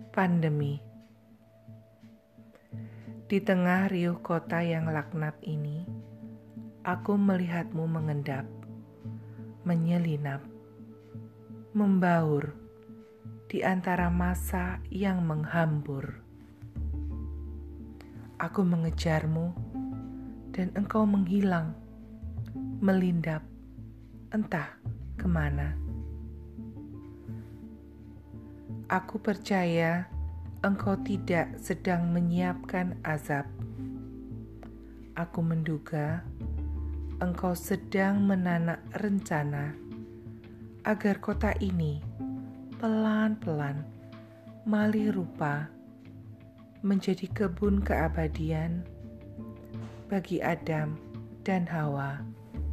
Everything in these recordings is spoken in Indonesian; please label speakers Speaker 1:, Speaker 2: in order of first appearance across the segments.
Speaker 1: Pandemi. Di tengah riuh kota yang laknat ini, aku melihatmu mengendap, menyelinap, membaur di antara masa yang menghambur. Aku mengejarmu dan engkau menghilang, melindap, entah kemana. Aku percaya engkau tidak sedang menyiapkan azab. Aku menduga engkau sedang menanak rencana agar kota ini pelan-pelan malih rupa menjadi kebun keabadian bagi Adam dan Hawa.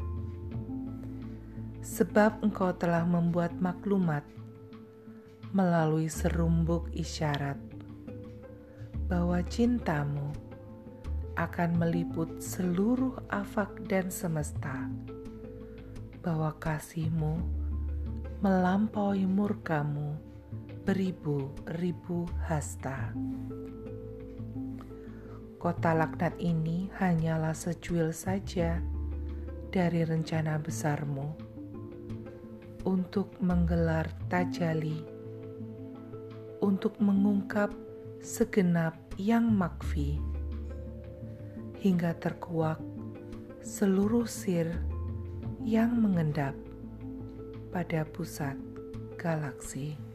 Speaker 1: Sebab engkau telah membuat maklumat melalui serumbuk isyarat bahwa cintamu akan meliput seluruh afak dan semesta, bahwa kasihmu melampaui murkamu beribu-ribu hasta. Kota laknat ini hanyalah secuil saja dari rencana besarmu untuk menggelar tajali, untuk mengungkap segenap yang makfi, hingga terkuak seluruh sir yang mengendap pada pusat galaksi.